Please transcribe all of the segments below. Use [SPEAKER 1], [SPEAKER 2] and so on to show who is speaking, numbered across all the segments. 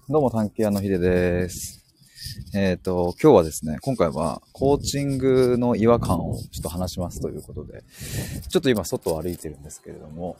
[SPEAKER 1] どうも、探求屋のヒデです。今日はですね、今回はコーチングの違和感をちょっと話しますということで、ちょっと今外を歩いてるんですけれども、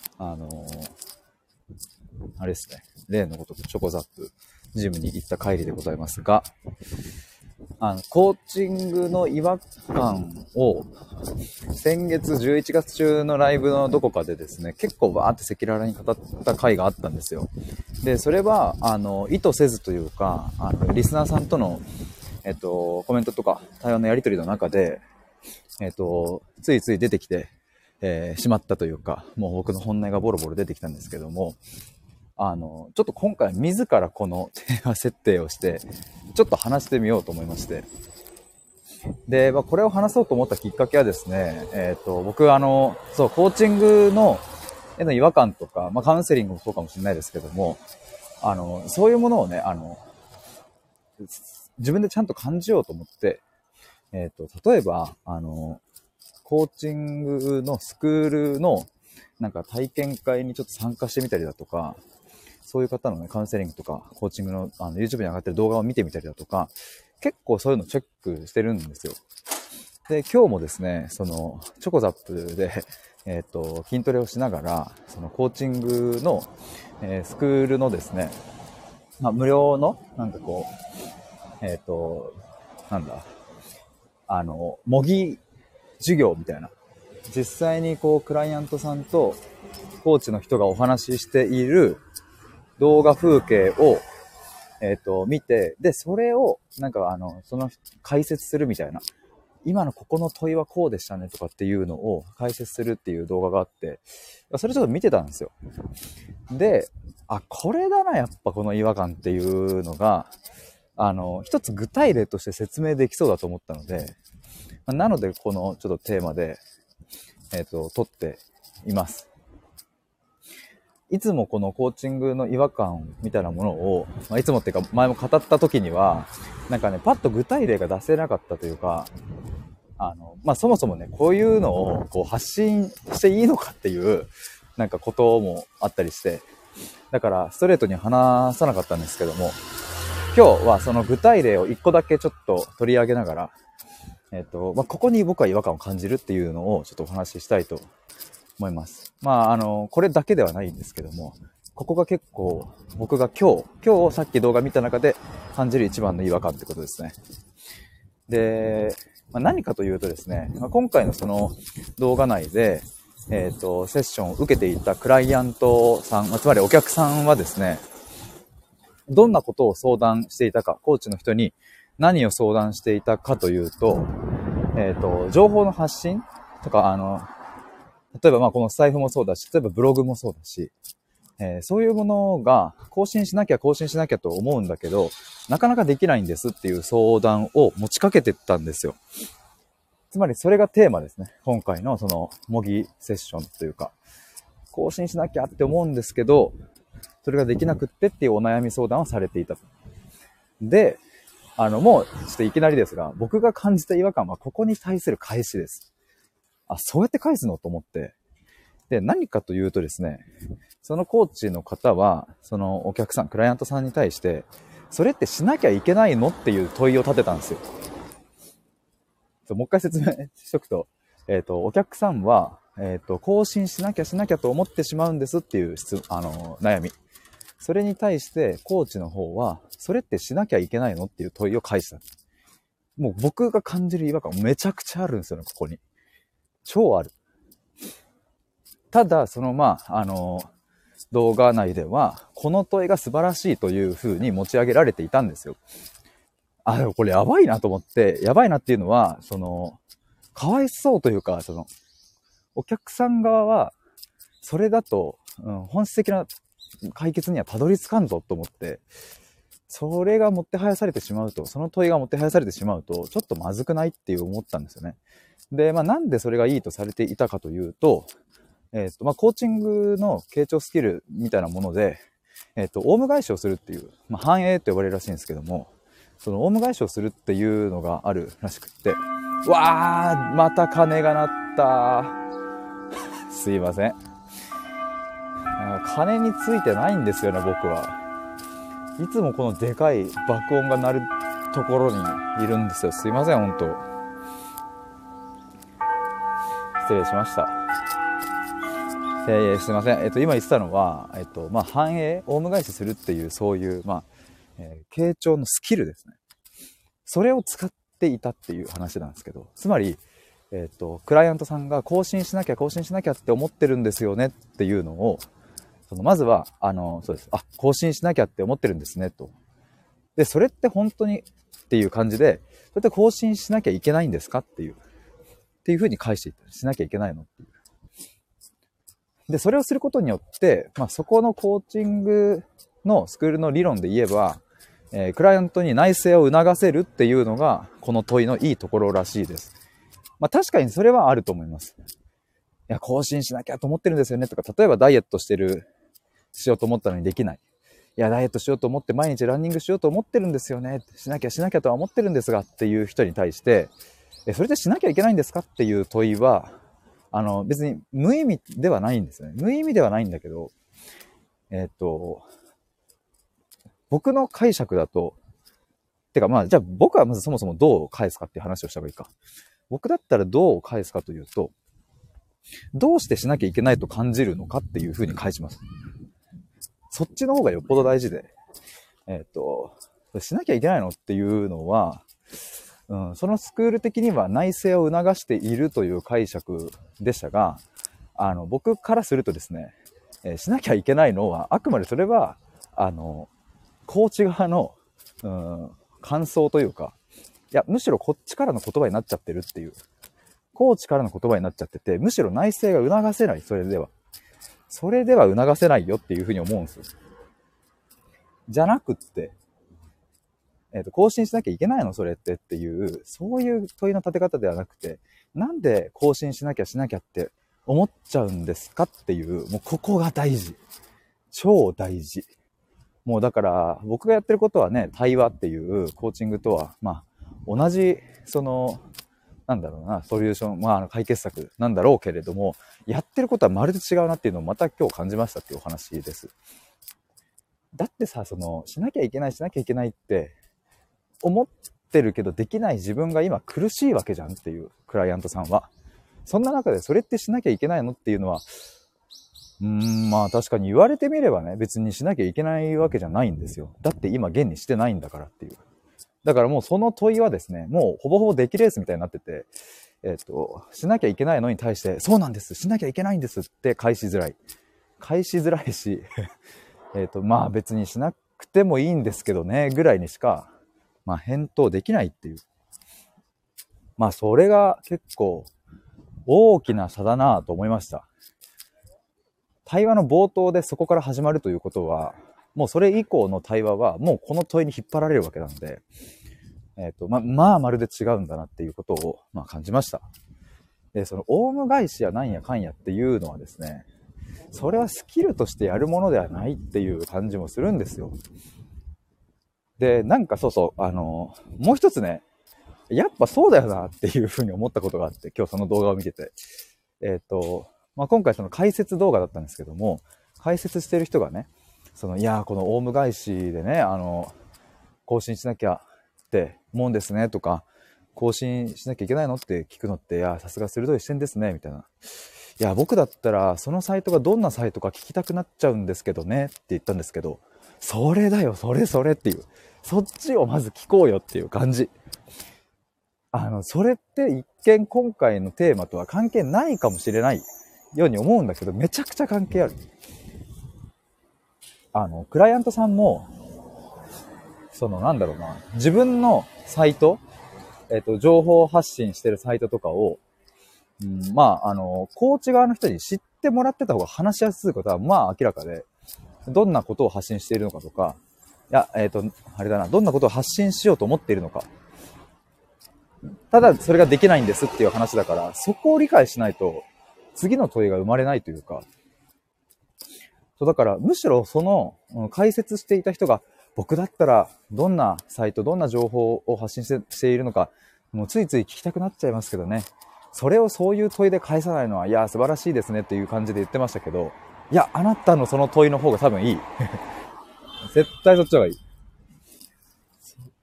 [SPEAKER 1] あれですね、例のことでチョコザップジムに行った帰りでございますが、コーチングの違和感を先月11月中のライブのどこかでですね、結構バーって赤裸々に語った回があったんですよ。で、それは、意図せずというか、リスナーさんとの、コメントとか対話のやり取りの中で、ついつい出てきて、しまったというか、もう僕の本音がボロボロ出てきたんですけども、ちょっと今回自らこのテーマ設定をして、ちょっと話してみようと思いまして。で、これを話そうと思ったきっかけはですね、僕そう、コーチングのへの違和感とか、カウンセリングもそうかもしれないですけども、そういうものをね、自分でちゃんと感じようと思って、例えば、コーチングのスクールのなんか体験会にちょっと参加してみたりだとか、そういう方のね、カウンセリングとか、コーチングのYouTube に上がってる動画を見てみたりだとか、結構そういうのチェックしてるんですよ。で、今日もですね、チョコザップで、筋トレをしながら、そのコーチングの、スクールのですね、無料の、なんかこう、なんだ、模擬授業みたいな。実際にこう、クライアントさんとコーチの人がお話ししている動画風景を、見て、で、それを、なんかその解説するみたいな。今のここの問いはこうでしたねとかっていうのを解説するっていう動画があって、それちょっと見てたんですよ。で、これだな、やっぱこの違和感っていうのが、一つ具体例として説明できそうだと思ったので、なのでこのちょっとテーマで、撮っています。いつもこのコーチングの違和感みたいなものを、いつもっていうか前も語った時には、なんかね、パッと具体例が出せなかったというか、そもそもね、こういうのをこう発信していいのかっていう、なんかこともあったりして、だからストレートに話さなかったんですけども、今日はその具体例を一個だけちょっと取り上げながら、ここに僕は違和感を感じるっていうのをちょっとお話ししたいと思います。これだけではないんですけども、ここが結構僕が今日さっき動画見た中で感じる一番の違和感ってことですね。で、何かというとですね、今回のその動画内で、セッションを受けていたクライアントさん、つまりお客さんはですね、どんなことを相談していたか、コーチの人に何を相談していたかというと、情報の発信とか、例えばこのスタイフもそうだし、例えばブログもそうだし、そういうものが更新しなきゃと思うんだけど、なかなかできないんですっていう相談を持ちかけてったんですよ。つまりそれがテーマですね。今回のその模擬セッションというか、更新しなきゃって思うんですけど、それができなくってっていうお悩み相談をされていた。で、もうちょっといきなりですが、僕が感じた違和感はここに対する返しです。そうやって返すのと思って。で、何かというとですね、そのコーチの方は、そのお客さん、クライアントさんに対して、それってしなきゃいけないのっていう問いを立てたんですよ。もう一回説明しとくと、お客さんは、更新しなきゃと思ってしまうんですっていう悩み。それに対して、コーチの方は、それってしなきゃいけないのっていう問いを返した。もう僕が感じる違和感めちゃくちゃあるんですよね、ここに。超ある。ただ、動画内では、この問いが素晴らしいという風に持ち上げられていたんですよ。でもこれやばいなと思って、やばいなっていうのは、かわいそうというか、お客さん側は、それだと、本質的な解決にはたどり着かんぞと思って、それがもってはやされてしまうと、その問いがもってはやされてしまうと、ちょっとまずくないっていう思ったんですよね。で、なんでそれがいいとされていたかというと、コーチングの傾聴スキルみたいなもので、オウム返しをするっていう、反映と呼ばれるらしいんですけども、そのオウム返しをするっていうのがあるらしくって、わー、また鐘が鳴った。すいません。鐘についてないんですよね、僕は。 いつもこのでかい爆音が鳴るところにいるんですよ。すいません、本当。失礼しました。すいません。今言ってたのは、反映、オウム返しするっていう、そういう、傾聴のスキルですね。それを使っていたっていう話なんですけど、つまり、クライアントさんが更新しなきゃって思ってるんですよねっていうのを、まずは、そうです。更新しなきゃって思ってるんですね、と。で、それって本当にっていう感じで、それって更新しなきゃいけないんですかっていう風に返していった。しなきゃいけないのっていう。で、それをすることによって、そこのコーチングのスクールの理論で言えば、クライアントに内省を促せるっていうのが、この問いのいいところらしいです。確かにそれはあると思います。いや、更新しなきゃと思ってるんですよねとか、例えばダイエットしようと思ったのにできない。いや、ダイエットしようと思って毎日ランニングしようと思ってるんですよね。しなきゃとは思ってるんですがっていう人に対して、それでしなきゃいけないんですかっていう問いは、別に無意味ではないんですよね。無意味ではないんだけど、僕の解釈だと、じゃあ僕はまずそもそもどう返すかっていう話をした方がいいか。僕だったらどう返すかというと、どうしてしなきゃいけないと感じるのかっていう風に返します。そっちの方がよっぽど大事で、しなきゃいけないのっていうのは、そのスクール的には内省を促しているという解釈でしたが、僕からするとですね、しなきゃいけないのは、あくまでそれは、コーチ側の、感想というか、いや、むしろこっちからの言葉になっちゃってるっていう。コーチからの言葉になっちゃってて、むしろ内省が促せない、それでは促せないよっていうふうに思うんですよ。じゃなくって、更新しなきゃいけないのそれっていう、そういう問いの立て方ではなくて、なんで更新しなきゃって思っちゃうんですかっていう、もうここが大事。超大事。もうだから、僕がやってることはね、対話っていうコーチングとは、同じ、ソリューション、解決策なんだろうけれども、やってることはまるで違うなっていうのをまた今日感じましたっていうお話です。だってさ、しなきゃいけないって、思ってるけどできない自分が今苦しいわけじゃんっていうクライアントさんは。そんな中でそれってしなきゃいけないのっていうのは、確かに言われてみればね、別にしなきゃいけないわけじゃないんですよ。だって今現にしてないんだからっていう。だからもうその問いはですね、もうほぼほぼ出来レースみたいになってて、しなきゃいけないのに対して、そうなんです、しなきゃいけないんですって返しづらいし、別にしなくてもいいんですけどね、ぐらいにしか、返答できないっていう。それが結構大きな差だなと思いました。対話の冒頭でそこから始まるということは、もうそれ以降の対話はもうこの問いに引っ張られるわけなんで、まるで違うんだなっていうことを、感じました。で、そのオウム返しやなんやかんやっていうのはですね、それはスキルとしてやるものではないっていう感じもするんですよ。で、もう一つね、やっぱそうだよなっていうふうに思ったことがあって、今日その動画を見てて。今回その解説動画だったんですけども、解説してる人がね、このオウム返しでね、更新しなきゃって思うんですねとか、更新しなきゃいけないのって聞くのって、さすが鋭い視点ですね、みたいな。僕だったらそのサイトがどんなサイトか聞きたくなっちゃうんですけどねって言ったんですけど、それだよ、それっていう。そっちをまず聞こうよっていう感じ。それって一見今回のテーマとは関係ないかもしれないように思うんだけど、めちゃくちゃ関係ある。クライアントさんも、自分のサイト、情報発信してるサイトとかを、コーチ側の人に知ってもらってた方が話しやすいことは、明らかで、どんなことを発信しているのかとか、どんなことを発信しようと思っているのか。ただ、それができないんですっていう話だから、そこを理解しないと、次の問いが生まれないというか、だから、むしろ解説していた人が、僕だったら、どんなサイト、どんな情報を発信しているのか、もうついつい聞きたくなっちゃいますけどね。それをそういう問いで返さないのは、素晴らしいですねっていう感じで言ってましたけど、あなたのその問いの方が多分いい。絶対そっちの方がいい。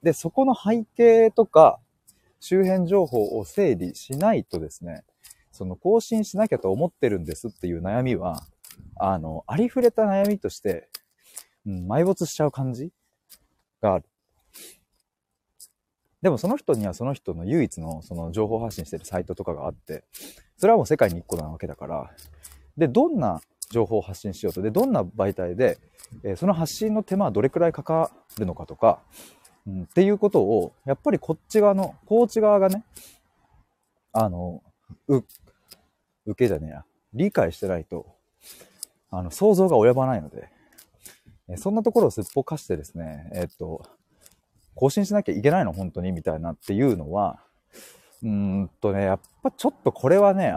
[SPEAKER 1] で、そこの背景とか周辺情報を整理しないとですね、その更新しなきゃと思ってるんですっていう悩みは、ありふれた悩みとして、埋没しちゃう感じがある。でもその人にはその人の唯一のその情報発信してるサイトとかがあって、それはもう世界に一個なわけだから、で、どんな情報を発信しようと、で、どんな媒体で、その発信の手間はどれくらいかかるのかとか、っていうことを、やっぱりこっち側の、コーチ側がね、受けじゃねえや、理解してないと、想像が及ばないので、そんなところをすっぽかしてですね、更新しなきゃいけないの本当にみたいなっていうのは、やっぱちょっとこれはね、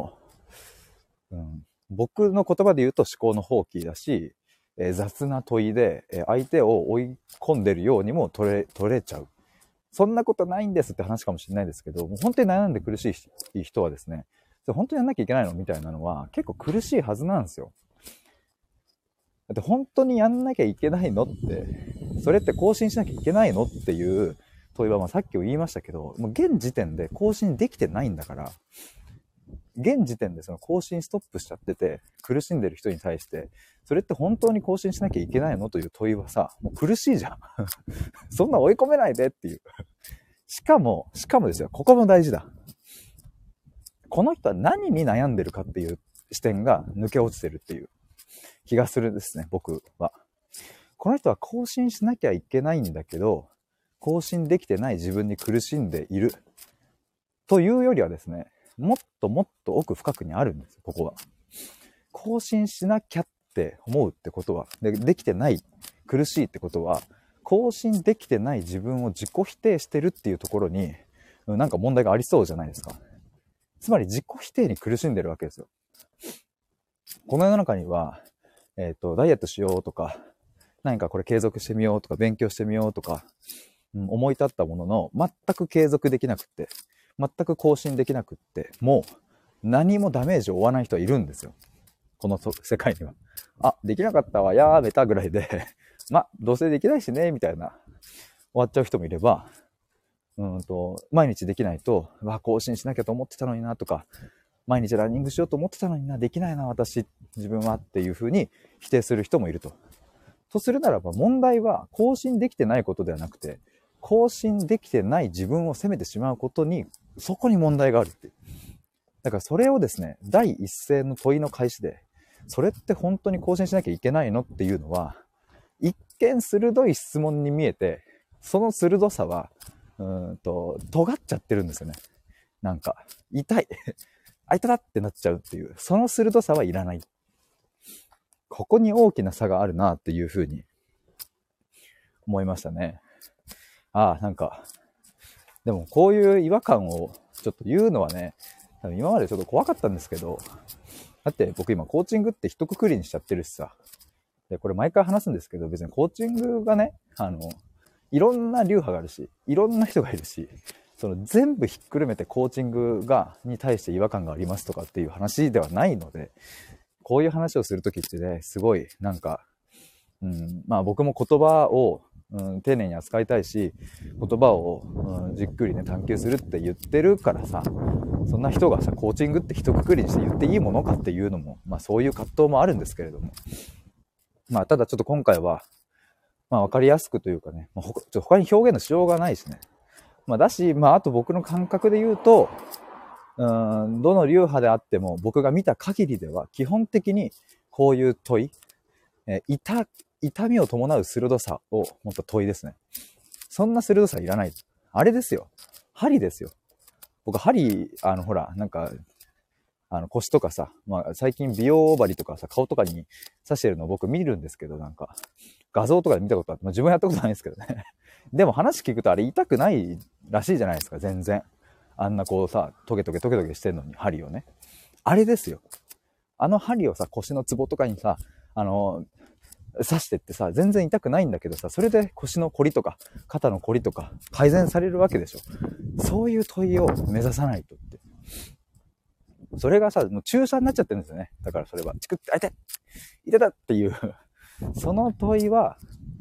[SPEAKER 1] 僕の言葉で言うと思考の放棄だし、雑な問いで、相手を追い込んでるようにも取れちゃう。そんなことないんですって話かもしれないですけど、もう本当に悩んで苦しい人はですね、本当にやんなきゃいけないのみたいなのは結構苦しいはずなんですよ。だって本当にやんなきゃいけないのって、それって更新しなきゃいけないのっていう問いは、さっきも言いましたけど、もう現時点で更新できてないんだから、現時点でその更新ストップしちゃってて、苦しんでる人に対して、それって本当に更新しなきゃいけないのという問いはさ、もう苦しいじゃん。そんな追い込めないでっていう。しかもですよ、ここも大事だ。この人は何に悩んでるかっていう視点が抜け落ちてるっていう気がするんですね、僕は。この人は更新しなきゃいけないんだけど、更新できてない自分に苦しんでいるというよりはですね、もっともっと奥深くにあるんですよ、ここは。更新しなきゃって思うってことは、できてない、苦しいってことは、更新できてない自分を自己否定してるっていうところに、なんか問題がありそうじゃないですか。つまり自己否定に苦しんでるわけですよ。この世の中には、ダイエットしようとか、何かこれ継続してみようとか、勉強してみようとか、思い立ったものの、全く継続できなくって、全く更新できなくって、もう何もダメージを負わない人はいるんですよ。この世界には。あ、できなかったわ、やめたぐらいで、どうせできないしね、みたいな、終わっちゃう人もいれば、毎日できないと、更新しなきゃと思ってたのになとか、毎日ランニングしようと思ってたのにな、できないな、私、自分はっていうふうに否定する人もいると。とするならば問題は更新できてないことではなくて、更新できてない自分を責めてしまうことに、そこに問題があるっていう。だからそれをですね、第一声の問いの開始で、それって本当に更新しなきゃいけないのっていうのは、一見鋭い質問に見えて、その鋭さは、尖っちゃってるんですよね。なんか、痛い。あいただってなっちゃうっていう、その鋭さはいらない。ここに大きな差があるなっていうふうに思いましたね。なんか、でもこういう違和感をちょっと言うのはね、多分今までちょっと怖かったんですけど、だって僕今コーチングって一括りにしちゃってるしさ。で、これ毎回話すんですけど、別にコーチングがね、いろんな流派があるし、いろんな人がいるし、その全部ひっくるめてコーチングに対して違和感がありますとかっていう話ではないので、こういう話をするときってね、すごいなんか、僕も言葉を、丁寧に扱いたいし、言葉を、じっくりね探求するって言ってるからさ、そんな人がさ、コーチングって一括りにして言っていいものかっていうのも、そういう葛藤もあるんですけれども、ただちょっと今回は、わかりやすくというかね、他に表現のしようがないしね。だし、あと僕の感覚で言うと、どの流派であっても僕が見た限りでは基本的にこういう問い、痛みを伴う鋭さを持った問いですね。そんな鋭さいらない。あれですよ。針ですよ。僕針、ほら、なんか、腰とかさ、最近美容針とかさ、顔とかに刺してるのを僕見るんですけど、なんか、画像とかで見たことあって、自分はやったことないんですけどね。でも話聞くとあれ痛くないらしいじゃないですか、全然。あんなこうさ、トゲトゲしてんのに針をね。あれですよ。あの針をさ、腰のツボとかにさ、刺してってさ、全然痛くないんだけどさ、それで腰の凝りとか、肩の凝りとか改善されるわけでしょ。そういう問いを目指さないとって。それがさ、もう注射になっちゃってるんですよね。だからそれは、チクッ、痛い痛いっていう、その問いは、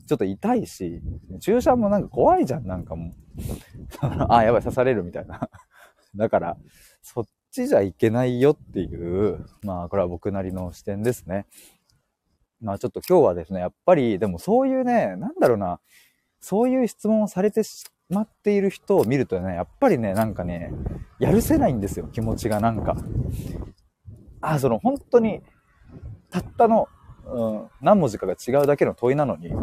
[SPEAKER 1] ちょっと痛いし、注射もなんか怖いじゃん、なんかもう。あ、やばい、刺されるみたいな。だから、そっちじゃいけないよっていう、まあ、これは僕なりの視点ですね。まあ、ちょっと今日はですね、やっぱり、でもそういうね、なんだろうな、そういう質問をされてしまっている人を見るとね、やっぱりね、なんかね、やるせないんですよ、気持ちがなんか。本当に、たったの、何文字かが違うだけの問いなのに、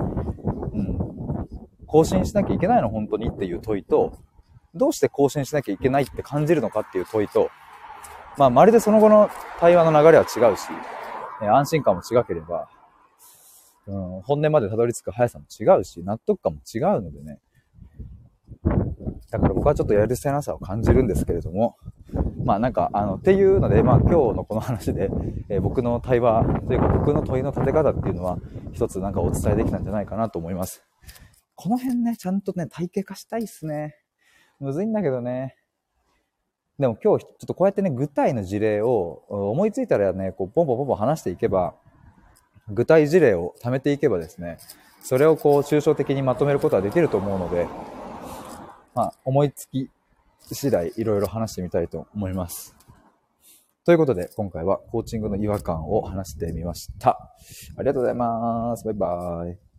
[SPEAKER 1] 更新しなきゃいけないの本当にっていう問いと、どうして更新しなきゃいけないって感じるのかっていう問いと、まあ、まるでその後の対話の流れは違うし、安心感も違ければ、本音までたどり着く速さも違うし、納得感も違うのでね。だから僕はちょっとやるせなさを感じるんですけれども、まあなんか、っていうので、まあ今日のこの話で、僕の対話というか僕の問いの立て方っていうのは、一つなんかお伝えできたんじゃないかなと思います。この辺ね、ちゃんとね、体系化したいっすね。むずいんだけどね。でも今日ちょっとこうやってね、具体の事例を思いついたらね、こうポンポンポンポン話していけば、具体事例を貯めていけばですね、それをこう抽象的にまとめることはできると思うので、まあ思いつき次第いろいろ話してみたいと思います。ということで今回はコーチングの違和感を話してみました。ありがとうございます。バイバイ。